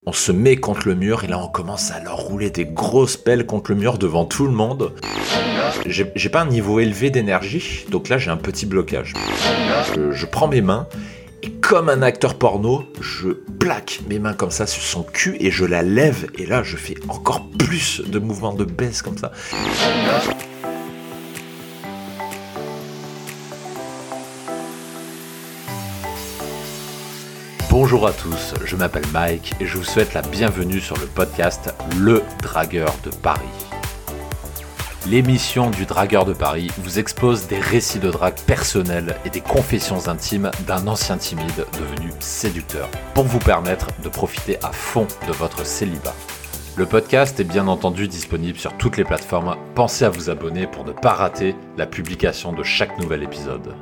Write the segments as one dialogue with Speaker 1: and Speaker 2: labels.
Speaker 1: On se met contre le mur et là on commence à leur rouler des grosses pelles contre le mur devant tout le monde. J'ai pas un niveau élevé d'énergie, donc là j'ai un petit blocage. Je prends mes mains et comme un acteur porno, je plaque mes mains comme ça sur son cul et je la lève et là je fais encore plus de mouvements de baisse comme ça. Bonjour à tous, je m'appelle Mike et je vous souhaite la bienvenue sur le podcast Le Dragueur de Paris. L'émission du Dragueur de Paris vous expose des récits de drague personnels et des confessions intimes d'un ancien timide devenu séducteur pour vous permettre de profiter à fond de votre célibat. Le podcast est bien entendu disponible sur toutes les plateformes. Pensez à vous abonner pour ne pas rater la publication de chaque nouvel épisode.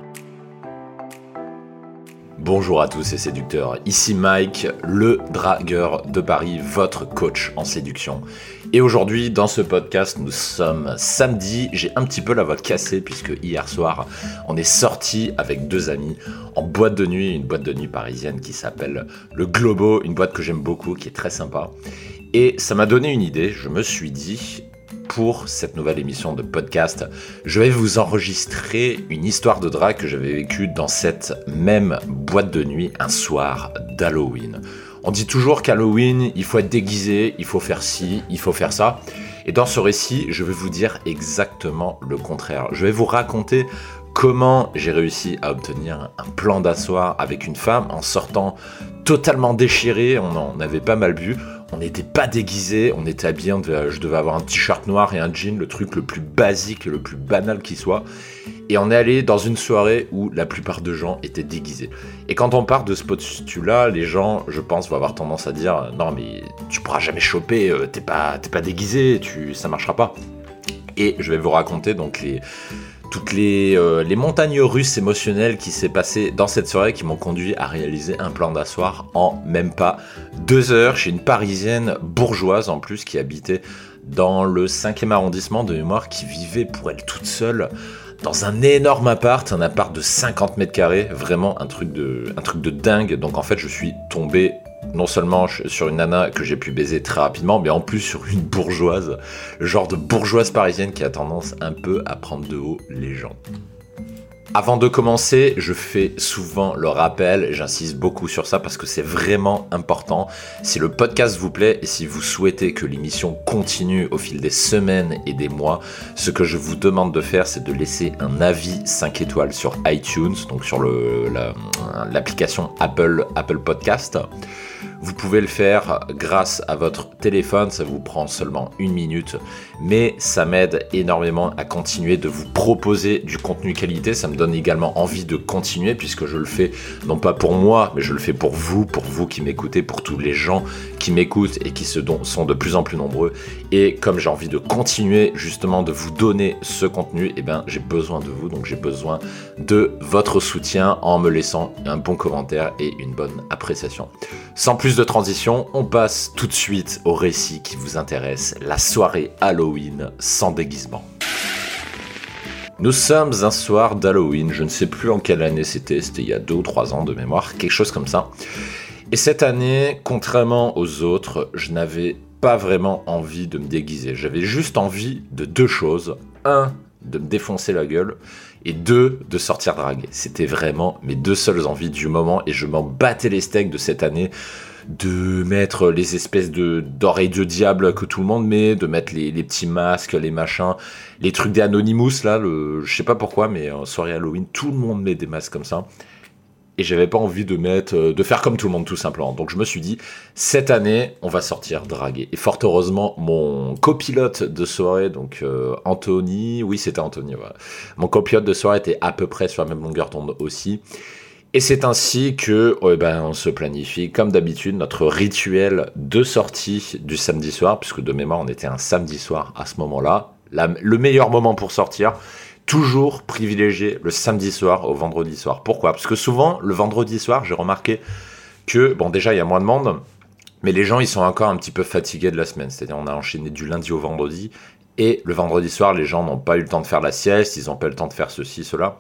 Speaker 1: Bonjour à tous et séducteurs, ici Mike, le dragueur de Paris, votre coach en séduction. Et aujourd'hui, dans ce podcast, nous sommes samedi, j'ai un petit peu la voix cassée puisque hier soir, on est sorti avec deux amis en boîte de nuit, une boîte de nuit parisienne qui s'appelle le Globo, une boîte que j'aime beaucoup, qui est très sympa. Et ça m'a donné une idée, je me suis dit, pour cette nouvelle émission de podcast, je vais vous enregistrer une histoire de drague que j'avais vécue dans cette même boîte de nuit un soir d'Halloween. On dit toujours qu'Halloween, il faut être déguisé, il faut faire ci, il faut faire ça. Et dans ce récit, je vais vous dire exactement le contraire. Je vais vous raconter comment j'ai réussi à obtenir un plan d'asseoir avec une femme en sortant totalement déchiré, on en avait pas mal bu. On n'était pas déguisés, on était habillés, je devais avoir un t-shirt noir et un jean, le truc le plus basique et le plus banal qui soit. Et on est allé dans une soirée où la plupart des gens étaient déguisés. Et quand on part de ce postulat, les gens, je pense, vont avoir tendance à dire « Non mais tu pourras jamais choper, t'es pas déguisé, ça marchera pas ». Et je vais vous raconter donc toutes les montagnes russes émotionnelles qui s'est passé dans cette soirée qui m'ont conduit à réaliser un plan d'asseoir en même pas 2 heures chez une parisienne bourgeoise en plus qui habitait dans le 5e arrondissement de mémoire, qui vivait pour elle toute seule dans un énorme appart, un appart de 50 mètres carrés, vraiment un truc de dingue. Donc en fait je suis tombé non seulement sur une nana que j'ai pu baiser très rapidement, mais en plus sur une bourgeoise, le genre de bourgeoise parisienne qui a tendance un peu à prendre de haut les gens. Avant de commencer, je fais souvent le rappel, j'insiste beaucoup sur ça parce que c'est vraiment important. Si le podcast vous plaît et si vous souhaitez que l'émission continue au fil des semaines et des mois, ce que je vous demande de faire, c'est de laisser un avis 5 étoiles sur iTunes, donc sur l'application Apple Podcast. Vous pouvez le faire grâce à votre téléphone, ça vous prend seulement 1 minute, mais ça m'aide énormément à continuer de vous proposer du contenu qualité. Ça me donne également envie de continuer puisque je le fais non pas pour moi, mais je le fais pour vous qui m'écoutez, pour tous les gens qui m'écoutent et qui sont de plus en plus nombreux. Et comme j'ai envie de continuer justement de vous donner ce contenu, j'ai besoin de vous, donc j'ai besoin de votre soutien en me laissant un bon commentaire et une bonne appréciation. Sans plus de transition, on passe tout de suite au récit qui vous intéresse, la soirée Halloween sans déguisement. Nous sommes un soir d'Halloween, je ne sais plus en quelle année c'était il y a 2 ou 3 ans de mémoire, quelque chose comme ça. Et cette année, contrairement aux autres, je n'avais pas vraiment envie de me déguiser. J'avais juste envie de 2 choses. 1, de me défoncer la gueule, et 2, de sortir draguer. C'était vraiment mes 2 seules envies du moment et je m'en battais les steaks de cette année de mettre les espèces d'oreilles de diable que tout le monde met, de mettre les petits masques, les machins, les trucs des Anonymous là, je sais pas pourquoi, mais en soirée Halloween, tout le monde met des masques comme ça. Et j'avais pas envie de faire comme tout le monde tout simplement. Donc je me suis dit, cette année, on va sortir draguer. Et fort heureusement, mon copilote de soirée, donc Anthony, oui c'était Anthony, voilà. Mon copilote de soirée était à peu près sur la même longueur d'onde aussi. Et c'est ainsi que on se planifie comme d'habitude notre rituel de sortie du samedi soir, puisque de mémoire on était un samedi soir à ce moment-là. Le meilleur moment pour sortir, toujours privilégier le samedi soir au vendredi soir. Pourquoi ? Parce que souvent, le vendredi soir, j'ai remarqué que, déjà, il y a moins de monde, mais les gens, ils sont encore un petit peu fatigués de la semaine. C'est-à-dire, on a enchaîné du lundi au vendredi, et le vendredi soir, les gens n'ont pas eu le temps de faire la sieste, ils n'ont pas eu le temps de faire ceci, cela.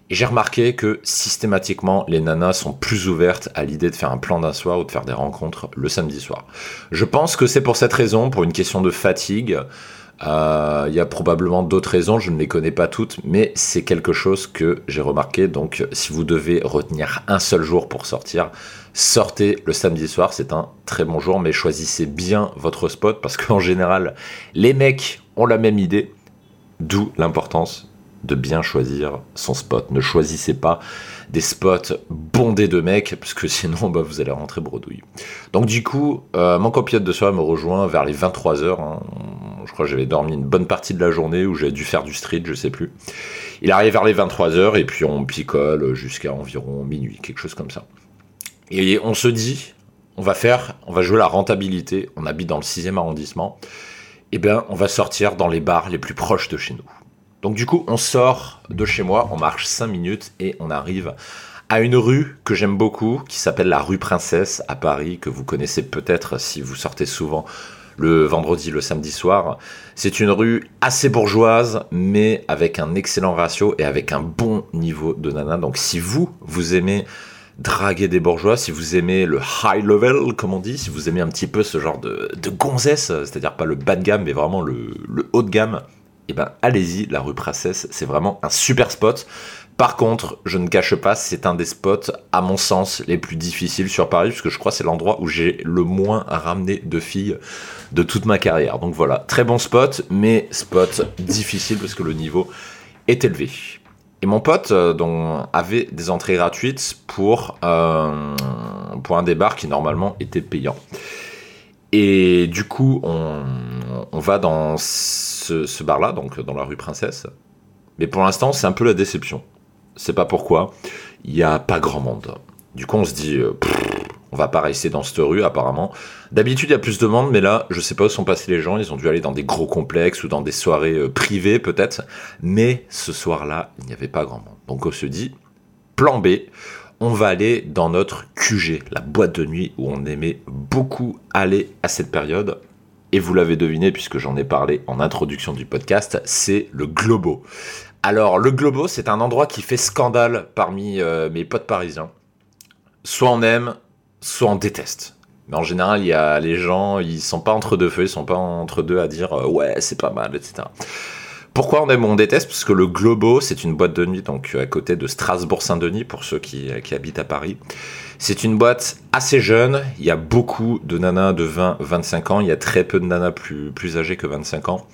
Speaker 1: Et j'ai remarqué que systématiquement, les nanas sont plus ouvertes à l'idée de faire un plan d'un soir ou de faire des rencontres le samedi soir. Je pense que c'est pour cette raison, pour une question de fatigue. Il y a probablement d'autres raisons, je ne les connais pas toutes, mais c'est quelque chose que j'ai remarqué. Donc si vous devez retenir un seul jour pour sortir, sortez le samedi soir, c'est un très bon jour, mais choisissez bien votre spot, parce qu'en général, les mecs ont la même idée, d'où l'importance de bien choisir son spot. Ne choisissez pas des spots bondés de mecs, parce que sinon vous allez rentrer bredouille. Donc du coup, mon copilote de soirée me rejoint vers les 23h. Je crois que j'avais dormi une bonne partie de la journée, où j'avais dû faire du street, je sais plus. Il arrive vers les 23h, et puis on picole jusqu'à environ minuit, quelque chose comme ça. Et on se dit, on va jouer la rentabilité. On habite dans le 6e arrondissement. Et bien, on va sortir dans les bars les plus proches de chez nous. Donc du coup, on sort de chez moi, on marche 5 minutes et on arrive à une rue que j'aime beaucoup, qui s'appelle la rue Princesse à Paris, que vous connaissez peut-être si vous sortez souvent le vendredi, le samedi soir. C'est une rue assez bourgeoise, mais avec un excellent ratio et avec un bon niveau de nana. Donc si vous aimez draguer des bourgeois, si vous aimez le high level, comme on dit, si vous aimez un petit peu ce genre de gonzesse, c'est-à-dire pas le bas de gamme, mais vraiment le haut de gamme, eh ben allez-y, la rue Princesse, c'est vraiment un super spot. Par contre, je ne cache pas, c'est un des spots, à mon sens, les plus difficiles sur Paris, puisque je crois que c'est l'endroit où j'ai le moins ramené de filles de toute ma carrière. Donc voilà, très bon spot, mais spot difficile parce que le niveau est élevé. Et mon pote avait des entrées gratuites pour un des bars qui normalement était payant. Et du coup, on va dans ce bar-là, donc dans la rue Princesse. Mais pour l'instant, c'est un peu la déception. C'est pas pourquoi. Il n'y a pas grand monde. Du coup, on se dit, on va pas rester dans cette rue, apparemment. D'habitude, il y a plus de monde, mais là, je sais pas où sont passés les gens. Ils ont dû aller dans des gros complexes ou dans des soirées privées, peut-être. Mais ce soir-là, il n'y avait pas grand monde. Donc, on se dit, plan B, on va aller dans notre QG, la boîte de nuit où on aimait beaucoup aller à cette période. Et vous l'avez deviné, puisque j'en ai parlé en introduction du podcast, c'est le Globo. Alors, le Globo, c'est un endroit qui fait scandale parmi mes potes parisiens. Soit on aime, soit on déteste. Mais en général, il y a les gens, ils sont pas entre deux feux, ils sont pas entre deux à dire ouais, c'est pas mal, etc. Pourquoi on aime ou on déteste ? Parce que le Globo, c'est une boîte de nuit, donc à côté de Strasbourg-Saint-Denis, pour ceux qui habitent à Paris. C'est une boîte assez jeune, il y a beaucoup de nanas de 20-25 ans, il y a très peu de nanas plus âgées que 25 ans.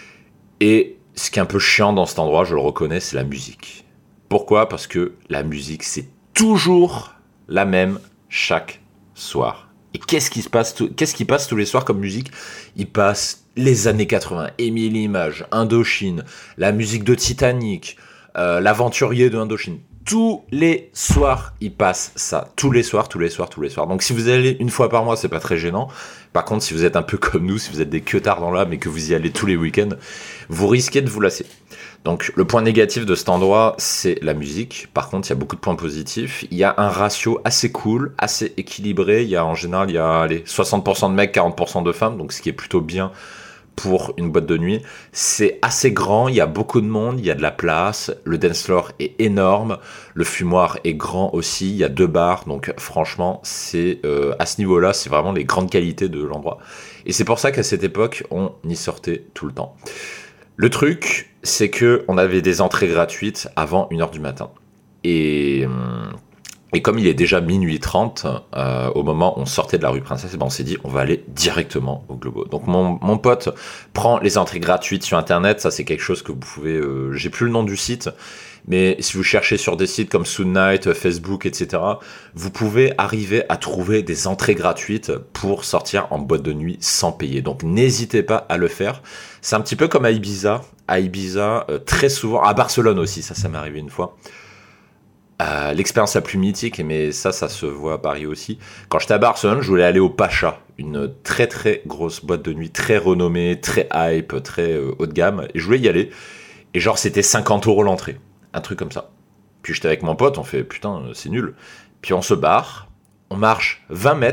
Speaker 1: Et ce qui est un peu chiant dans cet endroit, je le reconnais, c'est la musique. Pourquoi ? Parce que la musique, c'est toujours la même chaque soir. Et qu'est-ce qui passe tous les soirs comme musique ? Il passe les années 80, Émile Images, Indochine, la musique de Titanic, l'aventurier de Indochine. Tous les soirs, il passe ça. Tous les soirs. Donc si vous allez une fois par mois, c'est pas très gênant. Par contre, si vous êtes un peu comme nous, si vous êtes des queutards dans l'âme et que vous y allez tous les week-ends, vous risquez de vous lasser. Donc le point négatif de cet endroit, c'est la musique. Par contre, il y a beaucoup de points positifs. Il y a un ratio assez cool, assez équilibré. En général, il y a 60% de mecs, 40% de femmes, donc ce qui est plutôt bien pour une boîte de nuit. C'est assez grand, il y a beaucoup de monde, il y a de la place, le dance floor est énorme, le fumoir est grand aussi, il y a 2 bars, donc franchement, c'est à ce niveau-là, c'est vraiment les grandes qualités de l'endroit. Et c'est pour ça qu'à cette époque, on y sortait tout le temps. Le truc, c'est que on avait des entrées gratuites avant 1h du matin. Et comme il est déjà minuit 30, au moment où on sortait de la rue Princesse, on s'est dit on va aller directement au Globo. Donc mon pote prend les entrées gratuites sur internet, ça c'est quelque chose que vous pouvez, j'ai plus le nom du site, mais si vous cherchez sur des sites comme Soon Night, Facebook, etc., vous pouvez arriver à trouver des entrées gratuites pour sortir en boîte de nuit sans payer. Donc n'hésitez pas à le faire. C'est un petit peu comme à Ibiza. À Ibiza, très souvent, à Barcelone aussi, ça m'est arrivé une fois. L'expérience la plus mythique, mais ça se voit à Paris aussi. Quand j'étais à Barcelone, je voulais aller au Pacha, une très très grosse boîte de nuit, très renommée, très hype, très haut de gamme, et je voulais y aller. Et genre, c'était 50€ l'entrée, un truc comme ça. Puis j'étais avec mon pote, on fait putain, c'est nul. Puis on se barre, on marche 20 mètres,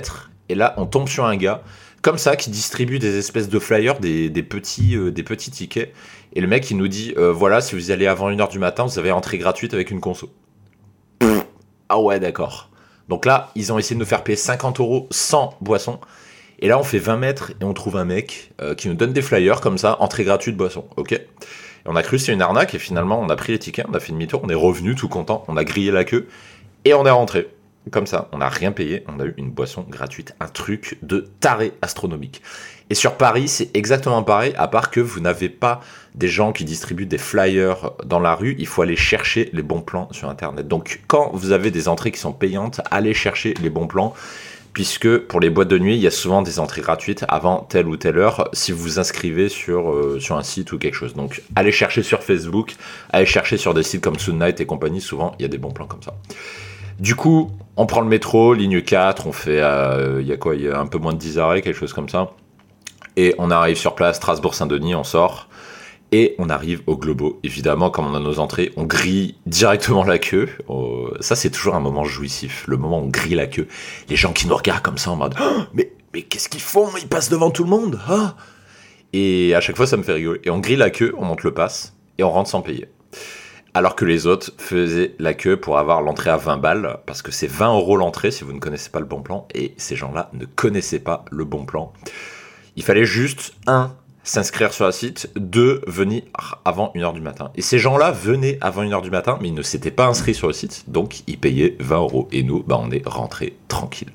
Speaker 1: Et là, on tombe sur un gars comme ça qui distribue des espèces de flyers, des petits tickets. Et le mec, il nous dit voilà, si vous y allez avant 1h du matin, vous avez entrée gratuite avec une conso. Ah ouais, d'accord. Donc là, ils ont essayé de nous faire payer 50 € sans boisson. Et là, on fait 20 mètres et on trouve un mec qui nous donne des flyers comme ça, entrée gratuite, boisson. Ok. Et on a cru que c'était une arnaque et finalement, on a pris les tickets, on a fait demi-tour, on est revenu tout content, on a grillé la queue et on est rentré. Comme ça, on n'a rien payé, on a eu une boisson gratuite, un truc de taré astronomique. Et sur Paris, c'est exactement pareil, à part que vous n'avez pas des gens qui distribuent des flyers dans la rue, il faut aller chercher les bons plans sur Internet. Donc quand vous avez des entrées qui sont payantes, allez chercher les bons plans, puisque pour les boîtes de nuit, il y a souvent des entrées gratuites avant telle ou telle heure, si vous vous inscrivez sur un site ou quelque chose. Donc allez chercher sur Facebook, allez chercher sur des sites comme Soon Night et compagnie, souvent il y a des bons plans comme ça. Du coup, on prend le métro, ligne 4, on fait, il y a un peu moins de 10 arrêts, quelque chose comme ça. Et on arrive sur place, Strasbourg-Saint-Denis, on sort. Et on arrive au Globo. Évidemment, comme on a nos entrées, on grille directement la queue. Ça, c'est toujours un moment jouissif, le moment où on grille la queue. Les gens qui nous regardent comme ça en mode oh, mais qu'est-ce qu'ils font? Ils passent devant tout le monde. Ah et à chaque fois, ça me fait rigoler. Et on grille la queue, on monte le pass et on rentre sans payer. Alors que les autres faisaient la queue pour avoir l'entrée à 20 balles, parce que c'est 20 € l'entrée si vous ne connaissez pas le bon plan, et ces gens-là ne connaissaient pas le bon plan. Il fallait juste, 1, s'inscrire sur le site, 2, venir avant 1h du matin. Et ces gens-là venaient avant 1h du matin, mais ils ne s'étaient pas inscrits sur le site, donc ils payaient 20 €. Et nous, on est rentrés tranquilles.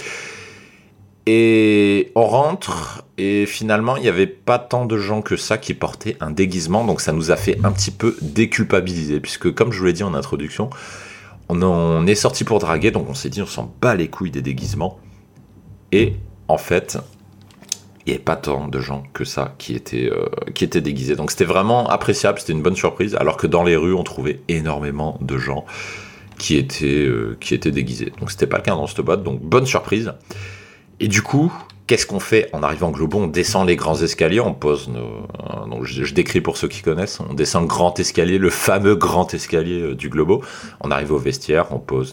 Speaker 1: Et on rentre, et finalement, il n'y avait pas tant de gens que ça qui portaient un déguisement, donc ça nous a fait un petit peu déculpabiliser, puisque comme je vous l'ai dit en introduction, on est sorti pour draguer, donc on s'est dit on s'en bat les couilles des déguisements, et en fait, il n'y avait pas tant de gens que ça qui étaient déguisés, donc c'était vraiment appréciable, c'était une bonne surprise, alors que dans les rues, on trouvait énormément de gens qui étaient déguisés, donc c'était pas le cas dans cette boîte, donc bonne surprise. Et du coup, qu'est-ce qu'on fait en arrivant au Globo? On descend les grands escaliers, on pose donc je décris pour ceux qui connaissent, on descend le grand escalier, le fameux grand escalier du Globo. On arrive au vestiaire, on pose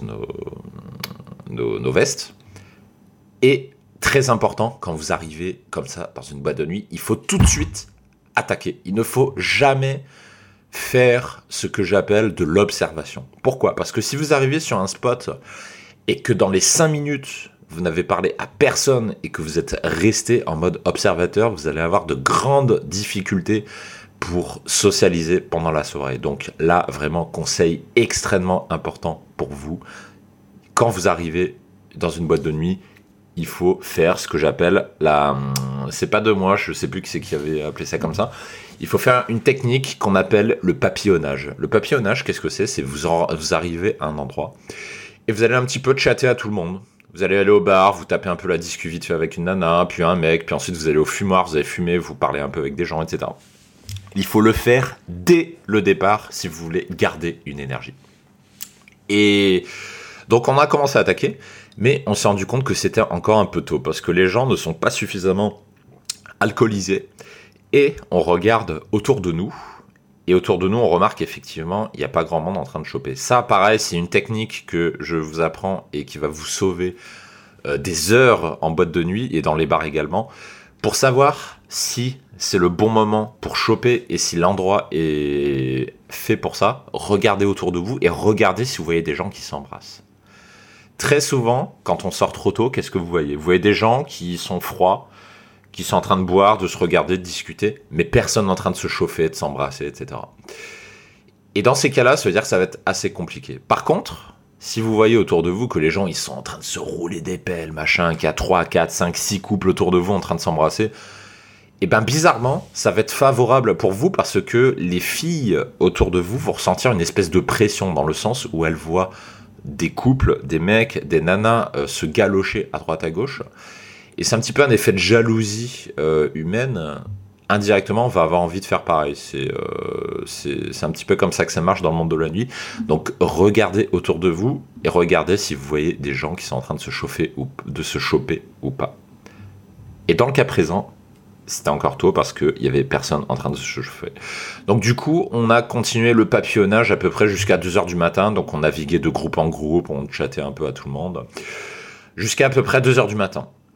Speaker 1: nos vestes. Et très important, quand vous arrivez comme ça dans une boîte de nuit, il faut tout de suite attaquer. Il ne faut jamais faire ce que j'appelle de l'observation. Pourquoi? Parce que si vous arrivez sur un spot et que dans les 5 minutes, vous n'avez parlé à personne et que vous êtes resté en mode observateur, vous allez avoir de grandes difficultés pour socialiser pendant la soirée. Donc là, vraiment, conseil extrêmement important pour vous. Quand vous arrivez dans une boîte de nuit, il faut faire ce que j'appelle c'est pas de moi, je sais plus qui c'est qui avait appelé ça comme ça. Il faut faire une technique qu'on appelle le papillonnage. Le papillonnage, qu'est-ce que c'est? C'est vous arrivez à un endroit et vous allez un petit peu chatter à tout le monde. Vous allez aller au bar, vous tapez un peu la discu vite fait avec une nana, puis un mec, puis ensuite vous allez au fumoir, vous allez fumer, vous parlez un peu avec des gens, etc. Il faut le faire dès le départ si vous voulez garder une énergie. Et donc on a commencé à attaquer, mais on s'est rendu compte que c'était encore un peu tôt, parce que les gens ne sont pas suffisamment alcoolisés, et on regarde autour de nous, et autour de nous, on remarque qu'effectivement, il n'y a pas grand monde en train de choper. Ça, pareil, c'est une technique que je vous apprends et qui va vous sauver des heures en boîte de nuit et dans les bars également. Pour savoir si c'est le bon moment pour choper et si l'endroit est fait pour ça, regardez autour de vous et regardez si vous voyez des gens qui s'embrassent. Très souvent, quand on sort trop tôt, qu'est-ce que vous voyez? Vous voyez des gens qui sont froids, qui sont en train de boire, de se regarder, de discuter, mais personne n'est en train de se chauffer, de s'embrasser, etc. Et dans ces cas-là, ça veut dire que ça va être assez compliqué. Par contre, si vous voyez autour de vous que les gens ils sont en train de se rouler des pelles, machin, qu'il y a 3, 4, 5, 6 couples autour de vous en train de s'embrasser, et bien bizarrement, ça va être favorable pour vous parce que les filles autour de vous vont ressentir une espèce de pression dans le sens où elles voient des couples, des mecs, des nanas se galocher à droite à gauche. Et c'est un petit peu un effet de jalousie humaine. Indirectement, on va avoir envie de faire pareil. C'est un petit peu comme ça que ça marche dans le monde de la nuit. Donc, regardez autour de vous et regardez si vous voyez des gens qui sont en train de se chauffer ou de se choper ou pas. Et dans le cas présent, c'était encore tôt parce qu'il n'y avait personne en train de se chauffer. Donc du coup, on a continué le papillonnage à peu près jusqu'à 2h du matin. Donc on naviguait de groupe en groupe, on chattait un peu à tout le monde. Jusqu'à peu près 2h du matin.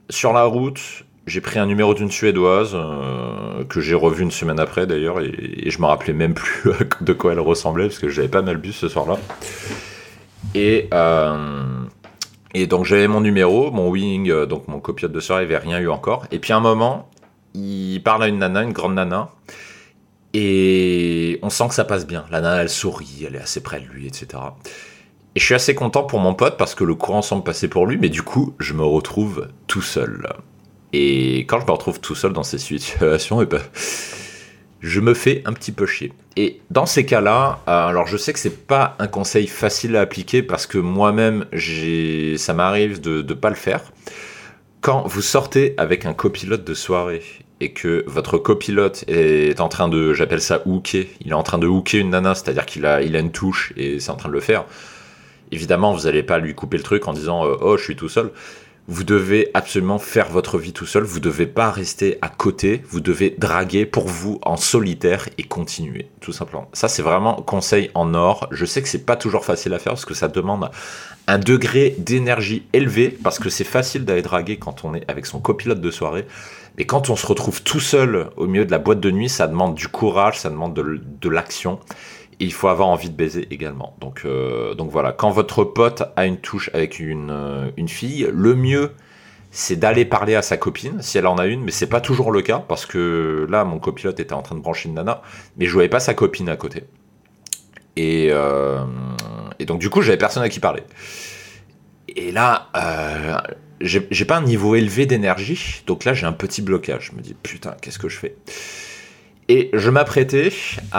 Speaker 1: sur la route, j'ai pris un numéro d'une Suédoise que j'ai revu une semaine après d'ailleurs et je me rappelais même plus de quoi elle ressemblait parce que j'avais pas mal bu ce soir-là. Et, donc j'avais mon numéro, mon wing, donc mon copilote de soirée, il avait rien eu encore. Et puis à un moment, il parle à une nana, une grande nana, et on sent que ça passe bien. La nana, elle sourit, elle est assez près de lui, etc. Et je suis assez content pour mon pote parce que le courant semble passer pour lui, mais du coup, je me retrouve tout seul. Et quand je me retrouve tout seul dans ces situations, je me fais un petit peu chier. Et dans ces cas-là, alors je sais que c'est pas un conseil facile à appliquer parce que moi-même, ça m'arrive de ne pas le faire. Quand vous sortez avec un copilote de soirée et que votre copilote est en train de, j'appelle ça hooker, il est en train de hooker une nana, c'est-à-dire qu'il a une touche et c'est en train de le faire, évidemment, vous n'allez pas lui couper le truc en disant « Oh, je suis tout seul ». Vous devez absolument faire votre vie tout seul. Vous ne devez pas rester à côté. Vous devez draguer pour vous en solitaire et continuer, tout simplement. Ça, c'est vraiment conseil en or. Je sais que c'est pas toujours facile à faire parce que ça demande un degré d'énergie élevé parce que c'est facile d'aller draguer quand on est avec son copilote de soirée. Mais quand on se retrouve tout seul au milieu de la boîte de nuit, ça demande du courage, ça demande de l'action. Et il faut avoir envie de baiser également. Donc voilà, quand votre pote a une touche avec une fille, le mieux, c'est d'aller parler à sa copine, si elle en a une, mais c'est pas toujours le cas, parce que là, mon copilote était en train de brancher une nana, mais je voyais pas sa copine à côté. Et donc du coup, j'avais personne à qui parler. Et là, j'ai pas un niveau élevé d'énergie, donc là, j'ai un petit blocage. Je me dis, putain, qu'est-ce que je fais ? Et je m'apprêtais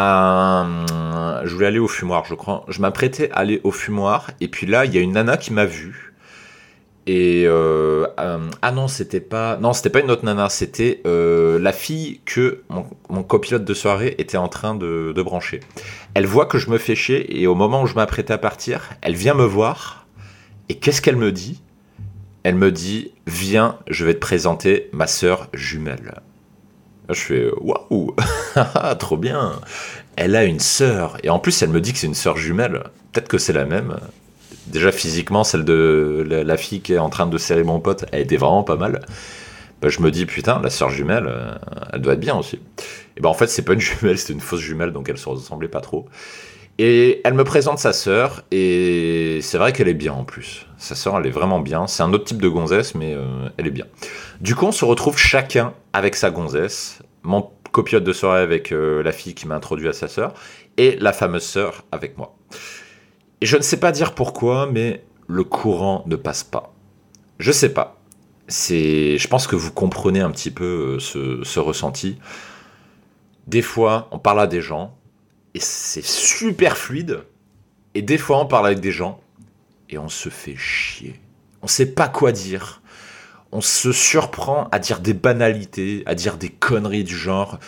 Speaker 1: je voulais aller au fumoir, je crois. Je m'apprêtais à aller au fumoir, et puis là, il y a une nana qui m'a vu. Et non, c'était pas une autre nana, c'était la fille que mon copilote de soirée était en train de brancher. Elle voit que je me fais chier, et au moment où je m'apprêtais à partir, elle vient me voir, et qu'est-ce qu'elle me dit ? Elle me dit, viens, je vais te présenter ma sœur jumelle. Je fais waouh, trop bien. Elle a une sœur et en plus elle me dit que c'est une sœur jumelle. Peut-être que c'est la même. Déjà physiquement, celle de la fille qui est en train de serrer mon pote, elle était vraiment pas mal. Bah, je me dis putain, la sœur jumelle, elle doit être bien aussi. Et ben en fait c'est pas une jumelle, c'était une fausse jumelle donc elle se ressemblait pas trop. Et elle me présente sa sœur et c'est vrai qu'elle est bien en plus. Sa sœur elle est vraiment bien. C'est un autre type de gonzesse mais elle est bien. Du coup on se retrouve chacun avec sa gonzesse. Mon copilote de soirée avec la fille qui m'a introduit à sa sœur et la fameuse sœur avec moi. Et je ne sais pas dire pourquoi mais le courant ne passe pas. Je sais pas. Je pense que vous comprenez un petit peu ce ressenti. Des fois on parle à des gens et c'est super fluide. Et des fois, on parle avec des gens et on se fait chier. On sait pas quoi dire. On se surprend à dire des banalités, à dire des conneries du genre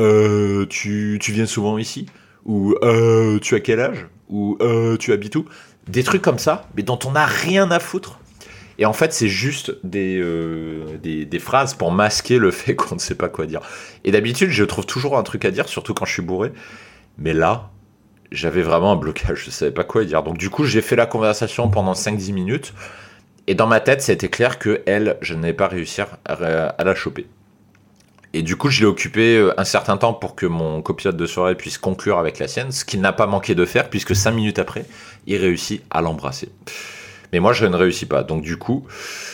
Speaker 1: tu viens souvent ici ? Ou tu as quel âge ? Ou tu habites où ? Des trucs comme ça, mais dont on n'a rien à foutre. Et en fait, c'est juste des phrases pour masquer le fait qu'on ne sait pas quoi dire. Et d'habitude, je trouve toujours un truc à dire, surtout quand je suis bourré. Mais là, j'avais vraiment un blocage, je savais pas quoi dire. Donc du coup, j'ai fait la conversation pendant 5-10 minutes. Et dans ma tête, c'était clair que elle, je n'allais pas réussir à la choper. Et du coup, je l'ai occupé un certain temps pour que mon copilote de soirée puisse conclure avec la sienne, ce qu'il n'a pas manqué de faire, puisque 5 minutes après, il réussit à l'embrasser. Mais moi, je ne réussis pas. Donc du coup,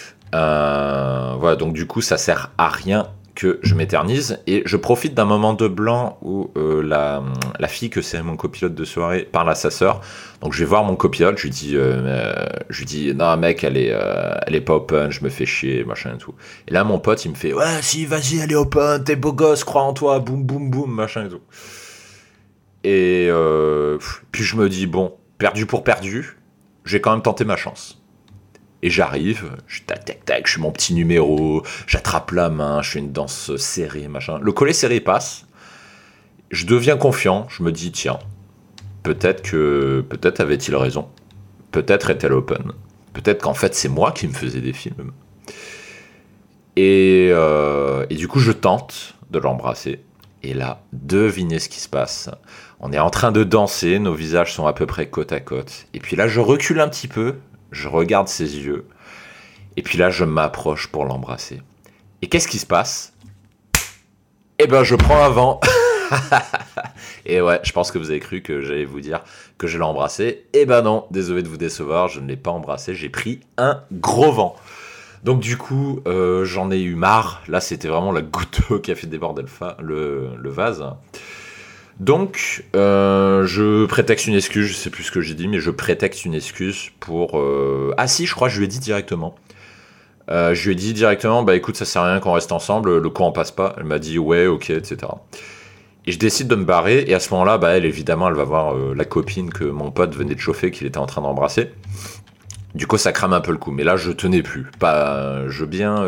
Speaker 1: voilà, donc du coup, ça sert à rien que je m'éternise et je profite d'un moment de blanc où la fille que c'est mon copilote de soirée parle à sa sœur. Donc je vais voir mon copilote, je lui dis non mec elle est pas open, je me fais chier machin et tout. Et là mon pote il me fait ouais si vas-y elle est open, t'es beau gosse, crois en toi, boum boum boum machin et tout. Et puis je me dis bon, perdu pour perdu, je vais quand même tenter ma chance. Et j'arrive, je tac tac tac, je fais mon petit numéro, j'attrape la main, je fais une danse serrée, machin. Le collet serré passe, je deviens confiant, je me dis tiens, peut-être avait-il raison, peut-être est-elle open, peut-être qu'en fait c'est moi qui me faisais des films. Et du coup je tente de l'embrasser, et là, devinez ce qui se passe. On est en train de danser, nos visages sont à peu près côte à côte, et puis là je recule un petit peu, je regarde ses yeux, Et puis là, je m'approche pour l'embrasser. Et qu'est-ce qui se passe ? Eh ben, je prends un vent. Et ouais, je pense que vous avez cru que j'allais vous dire que je l'ai embrassé. Eh ben non, désolé de vous décevoir, je ne l'ai pas embrassé, j'ai pris un gros vent. Donc du coup, j'en ai eu marre. Là, c'était vraiment la goutte d'eau qui a fait déborder le vase. Donc, je prétexte une excuse, je sais plus ce que j'ai dit, mais je prétexte une excuse pour... Ah si, je crois que je lui ai dit directement. Je lui ai dit directement, bah écoute, ça sert à rien qu'on reste ensemble, le courant passe pas. Elle m'a dit ouais, ok, etc. Et je décide de me barrer, et à ce moment-là, bah elle, évidemment, elle va voir la copine que mon pote venait de chauffer, qu'il était en train d'embrasser. Du coup, ça crame un peu le coup, mais là, je tenais plus. Pas, je veux bien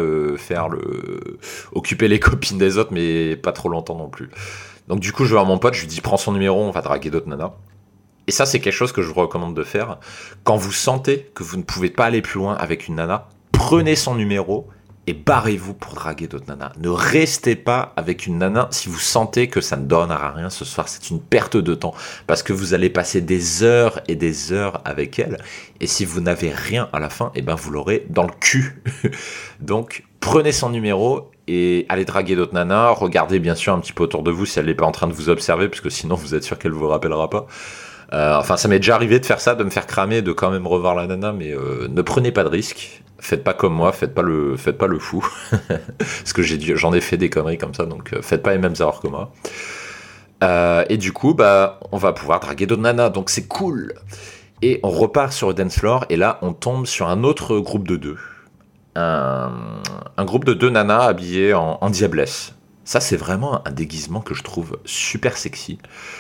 Speaker 1: occuper les copines des autres, mais pas trop longtemps non plus. Donc du coup, je vais voir mon pote, je lui dis, prends son numéro, on va draguer d'autres nanas. Et ça, c'est quelque chose que je vous recommande de faire. Quand vous sentez que vous ne pouvez pas aller plus loin avec une nana, prenez son numéro et barrez-vous pour draguer d'autres nanas. Ne restez pas avec une nana si vous sentez que ça ne donnera rien ce soir. C'est une perte de temps parce que vous allez passer des heures et des heures avec elle. Et si vous n'avez rien à la fin, eh ben vous l'aurez dans le cul. Donc, prenez son numéro et allez draguer d'autres nanas. Regardez bien sûr un petit peu autour de vous si elle n'est pas en train de vous observer, parce que sinon vous êtes sûr qu'elle ne vous rappellera pas. Enfin, ça m'est déjà arrivé de faire ça, de me faire cramer, de quand même revoir la nana, mais ne prenez pas de risques. Faites pas comme moi, faites pas le fou. Parce que j'en ai fait des conneries comme ça, donc faites pas les mêmes erreurs que moi. Et du coup, bah, on va pouvoir draguer d'autres nanas, donc c'est cool. Et on repart sur le dance floor, et là, on tombe sur un autre groupe de deux. Un groupe de deux nanas habillées en diablesse. Ça, c'est vraiment un déguisement que je trouve super sexy.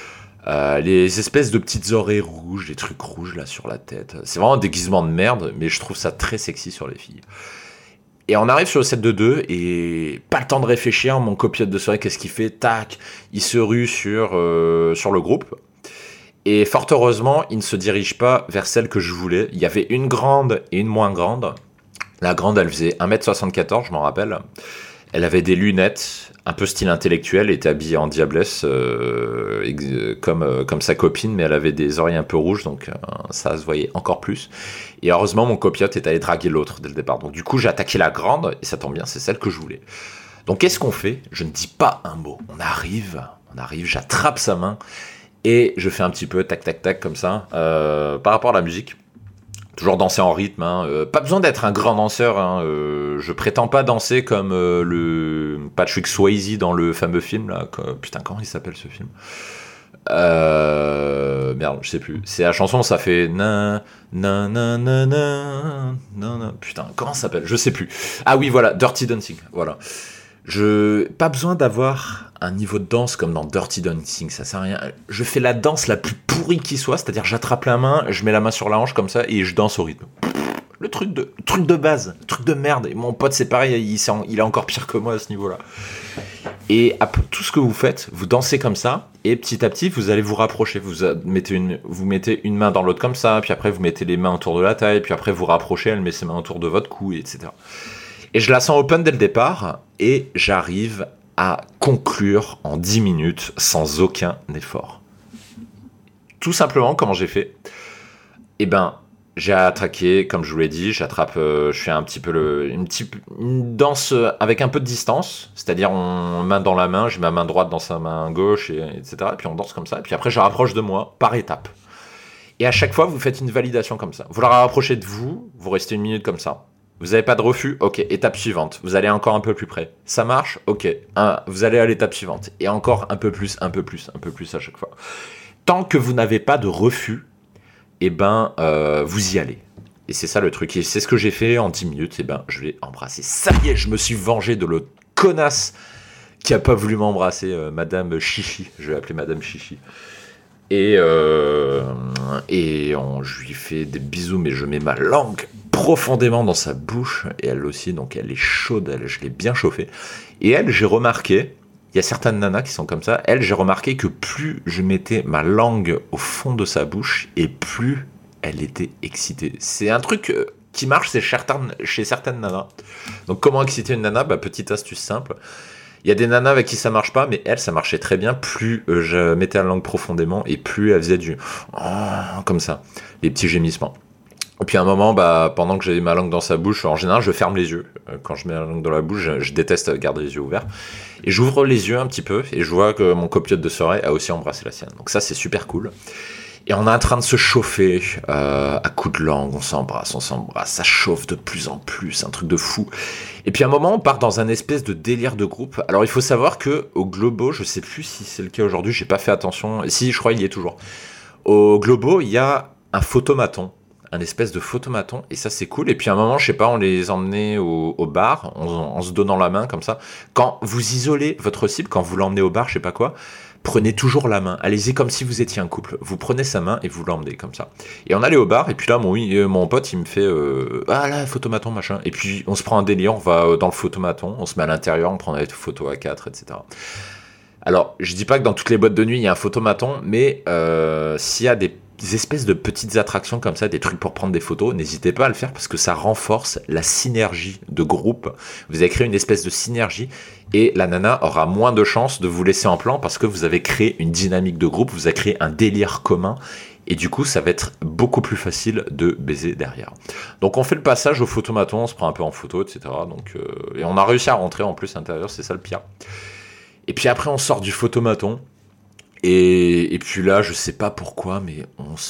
Speaker 1: Les espèces de petites oreilles rouges, les trucs rouges là sur la tête. C'est vraiment un déguisement de merde, mais je trouve ça très sexy sur les filles. Et on arrive sur le set de 2 et pas le temps de réfléchir, mon copilote de soirée, qu'est-ce qu'il fait ? Tac, il se rue sur le groupe. Et fort heureusement, il ne se dirige pas vers celle que je voulais. Il y avait une grande et une moins grande. La grande, elle faisait 1m74, je m'en rappelle. Elle avait des lunettes, un peu style intellectuel, elle était habillée en diablesse, comme sa copine, mais elle avait des oreilles un peu rouges, donc ça se voyait encore plus. Et heureusement, mon copilote est allé draguer l'autre dès le départ. Donc du coup, j'ai attaqué la grande, et ça tombe bien, c'est celle que je voulais. Donc qu'est-ce qu'on fait ? Je ne dis pas un mot. On arrive, j'attrape sa main, et je fais un petit peu tac tac tac comme ça, par rapport à la musique. Toujours danser en rythme, hein. Pas besoin d'être un grand danseur, hein. Je prétends pas danser comme le Patrick Swayze dans le fameux film là. Putain, comment il s'appelle ce film ? Merde, je sais plus. C'est la chanson, ça fait na na na na na na. Putain, comment ça s'appelle ? Je sais plus. Ah oui, voilà, Dirty Dancing. Voilà. Pas besoin d'avoir un niveau de danse comme dans Dirty Dancing, ça sert à rien. Je fais la danse la plus pourrie qui soit, c'est-à-dire j'attrape la main, je mets la main sur la hanche comme ça et je danse au rythme. Le truc de base, truc de merde. Et mon pote, c'est pareil, il est encore pire que moi à ce niveau-là. Et tout ce que vous faites, vous dansez comme ça, et petit à petit, vous allez vous rapprocher. Vous mettez une main dans l'autre comme ça, puis après vous mettez les mains autour de la taille, puis après vous rapprochez, elle met ses mains autour de votre cou, etc. Et je la sens open dès le départ, et j'arrive à conclure en 10 minutes sans aucun effort. Tout simplement, comment j'ai fait ? Eh ben, j'ai attaqué, comme je vous l'ai dit, je fais un petit peu une danse avec un peu de distance, c'est-à-dire main dans la main, j'ai ma main droite dans sa main gauche, etc. Et puis on danse comme ça, et puis après je rapproche de moi par étapes. Et à chaque fois, vous faites une validation comme ça. Vous la rapprochez de vous, vous restez 1 minute comme ça. Vous n'avez pas de refus ? Ok, étape suivante. Vous allez encore un peu plus près. Ça marche ? Ok. Vous allez à l'étape suivante. Et encore un peu plus à chaque fois. Tant que vous n'avez pas de refus, eh ben, vous y allez. Et c'est ça le truc. Et c'est ce que j'ai fait en 10 minutes. Eh ben, je l'ai embrassé. Ça y est, je me suis vengé de l'autre connasse qui n'a pas voulu m'embrasser. Madame Chichi. Je vais l'appeler Madame Chichi. Et je lui fais des bisous, mais je mets ma langue profondément dans sa bouche, et elle aussi, donc elle est chaude, je l'ai bien chauffée. Et elle, j'ai remarqué, il y a certaines nanas qui sont comme ça, j'ai remarqué que plus je mettais ma langue au fond de sa bouche, et plus elle était excitée. C'est un truc qui marche chez certaines nanas. Donc comment exciter une nana ? Petite astuce simple. Il y a des nanas avec qui ça marche pas, mais elle, ça marchait très bien. Plus je mettais la langue profondément, et plus elle faisait du comme ça, les petits gémissements. Et puis à un moment, pendant que j'ai ma langue dans sa bouche, en général, je ferme les yeux. Quand je mets la langue dans la bouche, je déteste garder les yeux ouverts. Et j'ouvre les yeux un petit peu et je vois que mon copilote de soirée a aussi embrassé la sienne. Donc ça, c'est super cool. Et on est en train de se chauffer à coups de langue, on s'embrasse, ça chauffe de plus en plus, un truc de fou. Et puis à un moment, on part dans un espèce de délire de groupe. Alors il faut savoir que au Globo, je sais plus si c'est le cas aujourd'hui, j'ai pas fait attention. Si, je crois qu'il y est toujours. Au Globo, il y a un photomaton, un espèce de photomaton, et ça c'est cool. Et puis à un moment, je sais pas, on les emmenait au bar, en se donnant la main comme ça. Quand vous isolez votre cible, quand vous l'emmenez au bar, je sais pas quoi, prenez toujours la main. Allez-y comme si vous étiez un couple. Vous prenez sa main et vous l'emmenez comme ça. Et on allait au bar, et puis là, mon pote, il me fait ah là, photomaton, machin. Et puis on se prend un délire, on va dans le photomaton, on se met à l'intérieur, on prend des photos à 4, etc. Alors, je dis pas que dans toutes les boîtes de nuit, il y a un photomaton, mais s'il y a des espèces de petites attractions comme ça, des trucs pour prendre des photos, n'hésitez pas à le faire parce que ça renforce la synergie de groupe. Vous avez créé une espèce de synergie et la nana aura moins de chances de vous laisser en plan parce que vous avez créé une dynamique de groupe, vous avez créé un délire commun et du coup, ça va être beaucoup plus facile de baiser derrière. Donc, on fait le passage au photomaton, on se prend un peu en photo, etc. Donc, et on a réussi à rentrer en plus à l'intérieur, c'est ça le pire. Et puis après, on sort du photomaton. Et puis là, je sais pas pourquoi, mais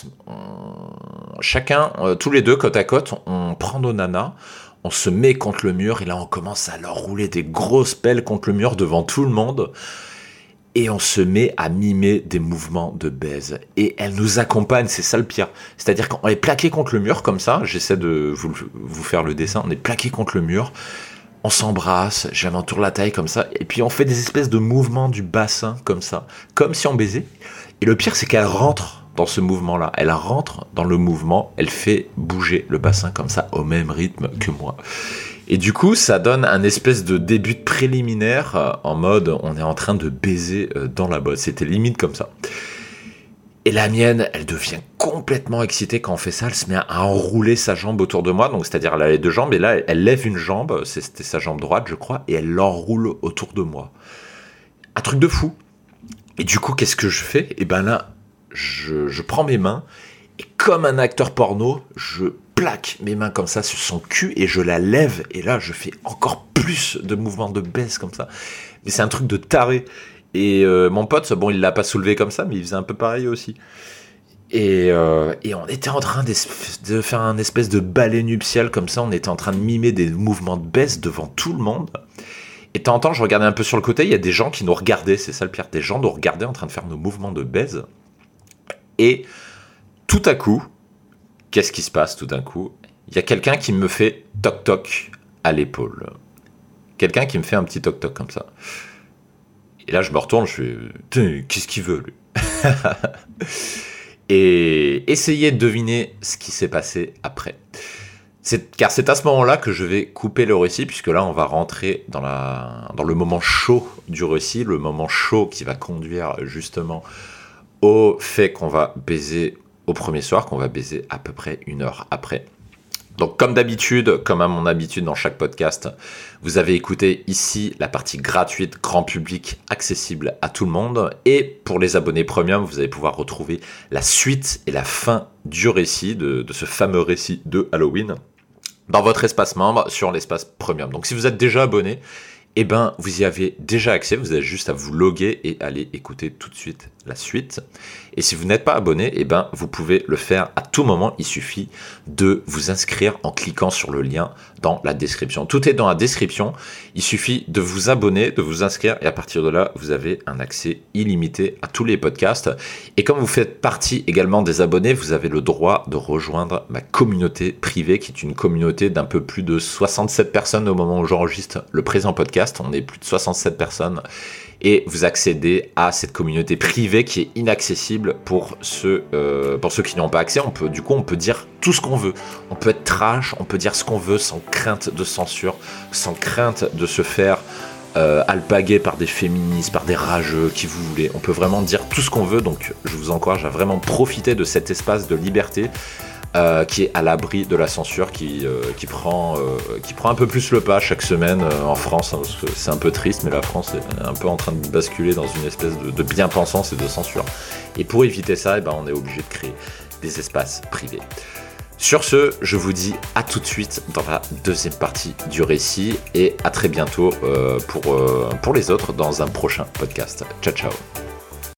Speaker 1: chacun, tous les deux, côte à côte, on prend nos nanas, on se met contre le mur, et là, on commence à leur rouler des grosses pelles contre le mur devant tout le monde. Et on se met à mimer des mouvements de baise. Et elles nous accompagnent, c'est ça le pire. C'est-à-dire qu'on est plaqué contre le mur, comme ça, j'essaie de vous faire le dessin, on est plaqué contre le mur, on s'embrasse, j'avais entoure la taille comme ça, et puis on fait des espèces de mouvements du bassin comme ça, comme si on baisait. Et le pire, c'est qu'elle rentre dans ce mouvement-là, elle rentre dans le mouvement, elle fait bouger le bassin comme ça, au même rythme que moi. Et du coup, ça donne un espèce de début de préliminaire, en mode, on est en train de baiser dans la botte, c'était limite comme ça. Et la mienne, elle devient complètement excitée quand on fait ça. Elle se met à enrouler sa jambe autour de moi. Donc, c'est-à-dire, elle a les deux jambes. Et là, elle lève une jambe. C'était sa jambe droite, je crois. Et elle l'enroule autour de moi. Un truc de fou. Et du coup, qu'est-ce que je fais? Et ben là, je prends mes mains. Et comme un acteur porno, je plaque mes mains comme ça sur son cul. Et je la lève. Et là, je fais encore plus de mouvements de baisse comme ça. Mais c'est un truc de taré. Et mon pote, bon, il l'a pas soulevé comme ça, mais il faisait un peu pareil aussi. Et on était en train de faire un espèce de ballet nuptial comme ça. On était en train de mimer des mouvements de baisse devant tout le monde. Et de temps en temps, je regardais un peu sur le côté. Il y a des gens qui nous regardaient. C'est ça le pire. Des gens nous regardaient en train de faire nos mouvements de baise. Et tout à coup, qu'est-ce qui se passe tout d'un coup? Il y a quelqu'un qui me fait toc-toc à l'épaule. Quelqu'un qui me fait un petit toc-toc comme ça. Et là, je me retourne, je fais « Qu'est-ce qu'il veut, lui ?» Et essayez de deviner ce qui s'est passé après. Car c'est à ce moment-là que je vais couper le récit, puisque là, on va rentrer dans le moment chaud du récit, le moment chaud qui va conduire justement au fait qu'on va baiser au premier soir, qu'on va baiser à peu près 1 heure après. Donc comme d'habitude, comme à mon habitude dans chaque podcast, vous avez écouté ici la partie gratuite, grand public, accessible à tout le monde. Et pour les abonnés premium, vous allez pouvoir retrouver la suite et la fin du récit, de ce fameux récit de Halloween, dans votre espace membre sur l'espace premium. Donc si vous êtes déjà abonné, eh ben, vous y avez déjà accès, vous avez juste à vous loguer et aller écouter tout de suite la suite. Et si vous n'êtes pas abonné, eh ben, vous pouvez le faire à tout moment, il suffit de vous inscrire en cliquant sur le lien dans la description. Tout est dans la description, il suffit de vous abonner, de vous inscrire et à partir de là, vous avez un accès illimité à tous les podcasts. Et comme vous faites partie également des abonnés, vous avez le droit de rejoindre ma communauté privée qui est une communauté d'un peu plus de 67 personnes au moment où j'enregistre le présent podcast. On est plus de 67 personnes et vous accédez à cette communauté privée qui est inaccessible pour ceux qui n'y ont pas accès. On peut dire tout ce qu'on veut. On peut être trash, on peut dire ce qu'on veut sans crainte de censure, sans crainte de se faire alpaguer par des féministes, par des rageux, qui vous voulez. On peut vraiment dire tout ce qu'on veut, donc je vous encourage à vraiment profiter de cet espace de liberté qui est à l'abri de la censure, qui prend un peu plus le pas chaque semaine en France, hein, parce que c'est un peu triste, mais la France est un peu en train de basculer dans une espèce de bien-pensance et de censure. Et pour éviter ça, eh ben, on est obligé de créer des espaces privés. Sur ce, je vous dis à tout de suite dans la deuxième partie du récit et à très bientôt pour les autres dans un prochain podcast. Ciao ciao.